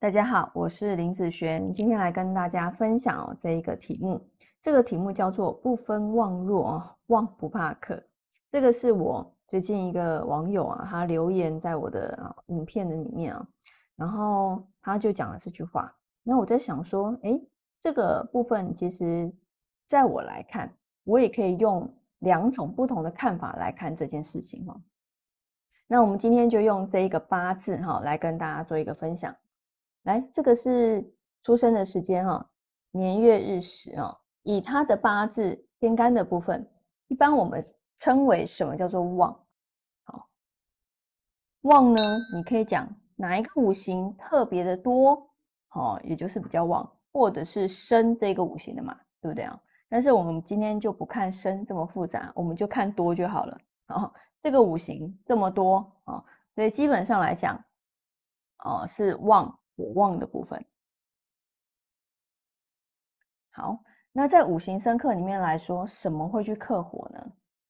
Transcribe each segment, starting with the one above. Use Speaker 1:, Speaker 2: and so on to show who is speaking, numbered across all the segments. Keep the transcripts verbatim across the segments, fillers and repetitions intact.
Speaker 1: 大家好，我是林子璇，今天来跟大家分享哦这一个题目。这个题目叫做不分旺弱哦，旺不怕克。这个是我最近一个网友啊，他留言在我的、啊、影片的里面啊，然后他就讲了这句话。那我在想说，诶，这个部分其实在我来看，我也可以用两种不同的看法来看这件事情哦。那我们今天就用这一个八字哈、哦、来跟大家做一个分享。来，这个是出生的时间哈、哦，年月日时哦，以他的八字天干的部分，一般我们称为什么叫做旺？好，旺呢，你可以讲哪一个五行特别的多，哦，也就是比较旺，或者是生这个五行的嘛，对不对啊？但是我们今天就不看生这么复杂，我们就看多就好了。哦，这个五行这么多啊、哦，所以基本上来讲，哦，是旺火旺的部分。好，那在五行生克里面来说，什么会去克火呢？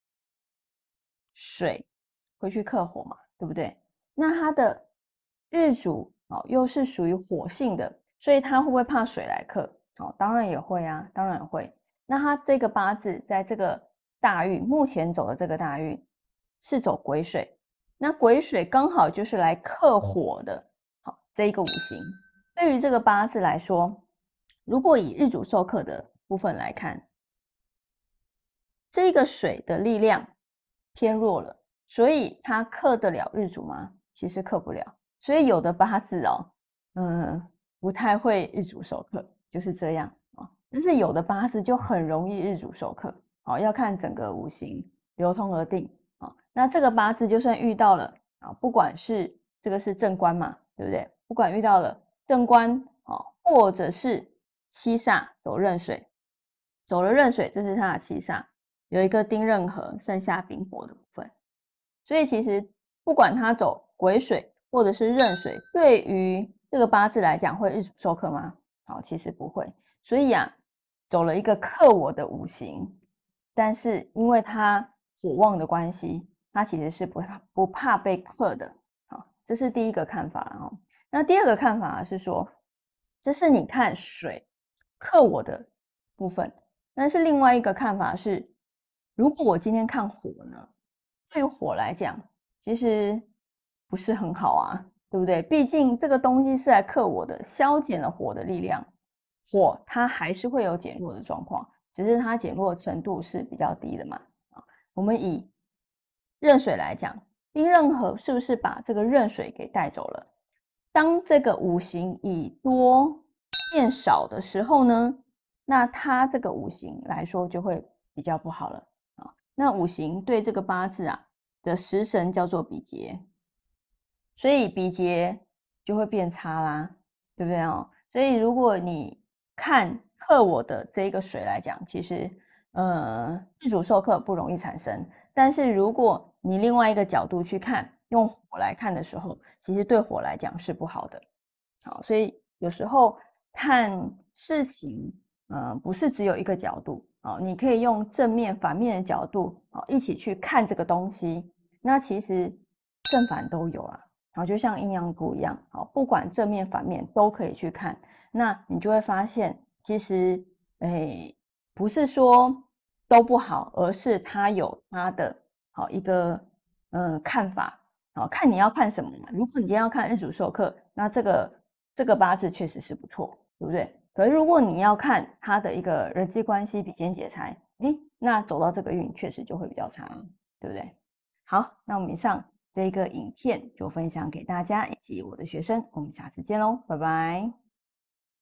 Speaker 1: 水会去克火嘛，对不对？那它的日主哦，又是属于火性的，所以它会不会怕水来克？哦，当然也会啊，当然也会。那它这个八字在这个大运，目前走的这个大运是走癸水，那癸水刚好就是来克火的，好，这一个五行。对于这个八字来说，如果以日主受克的部分来看，这个水的力量偏弱了，所以它克得了日主吗？其实克不了。所以有的八字哦，嗯，不太会日主受克，就是这样啊、哦。但是有的八字就很容易日主受克，哦，要看整个五行流通而定啊、哦。那这个八字就算遇到了啊、哦，不管是这个是正官嘛，对不对？不管遇到了正官哦，或者是七煞走壬水，走了壬水，这是它的七煞。有一个丁壬合，剩下丙火的部分，所以其实不管它走癸水或者是壬水，对于这个八字来讲，会日主受克吗？好，其实不会。所以啊，走了一个克我的五行，但是因为它火旺的关系，它其实是不怕不怕被克的。好，这是第一个看法哦。那第二个看法是说，这是你看水克我的部分，但是另外一个看法是。如果我今天看火呢，对于火来讲，其实不是很好啊，对不对？毕竟这个东西是来克我的，消减了火的力量，火它还是会有减弱的状况，只是它减弱的程度是比较低的嘛。啊，我们以壬水来讲，丁壬合是不是把这个壬水给带走了？当这个五行以多变少的时候呢，那它这个五行来说就会比较不好了。那五行对这个八字啊的食神叫做比劫，所以比劫就会变差啦，对不对哦？所以如果你看克我的这个水来讲，其实呃日主受克不容易产生，但是如果你另外一个角度去看，用火来看的时候，其实对火来讲是不好的。好，所以有时候看事情，呃，不是只有一个角度哦，你可以用正面、反面的角度哦，一起去看这个东西。那其实正反都有啊，好，就像阴阳图一样，好，不管正面、反面都可以去看。那你就会发现，其实，诶，不是说都不好，而是它有它的好一个呃看法。好，看你要看什么嘛。如果你今天要看日主受克，那这个这个八字确实是不错，对不对？可是如果你要看他的一个人际关系比肩劫财，诶，那走到这个运确实就会比较差，对不对？好，那我们以上这个影片就分享给大家以及我的学生，我们下次见喽，拜拜。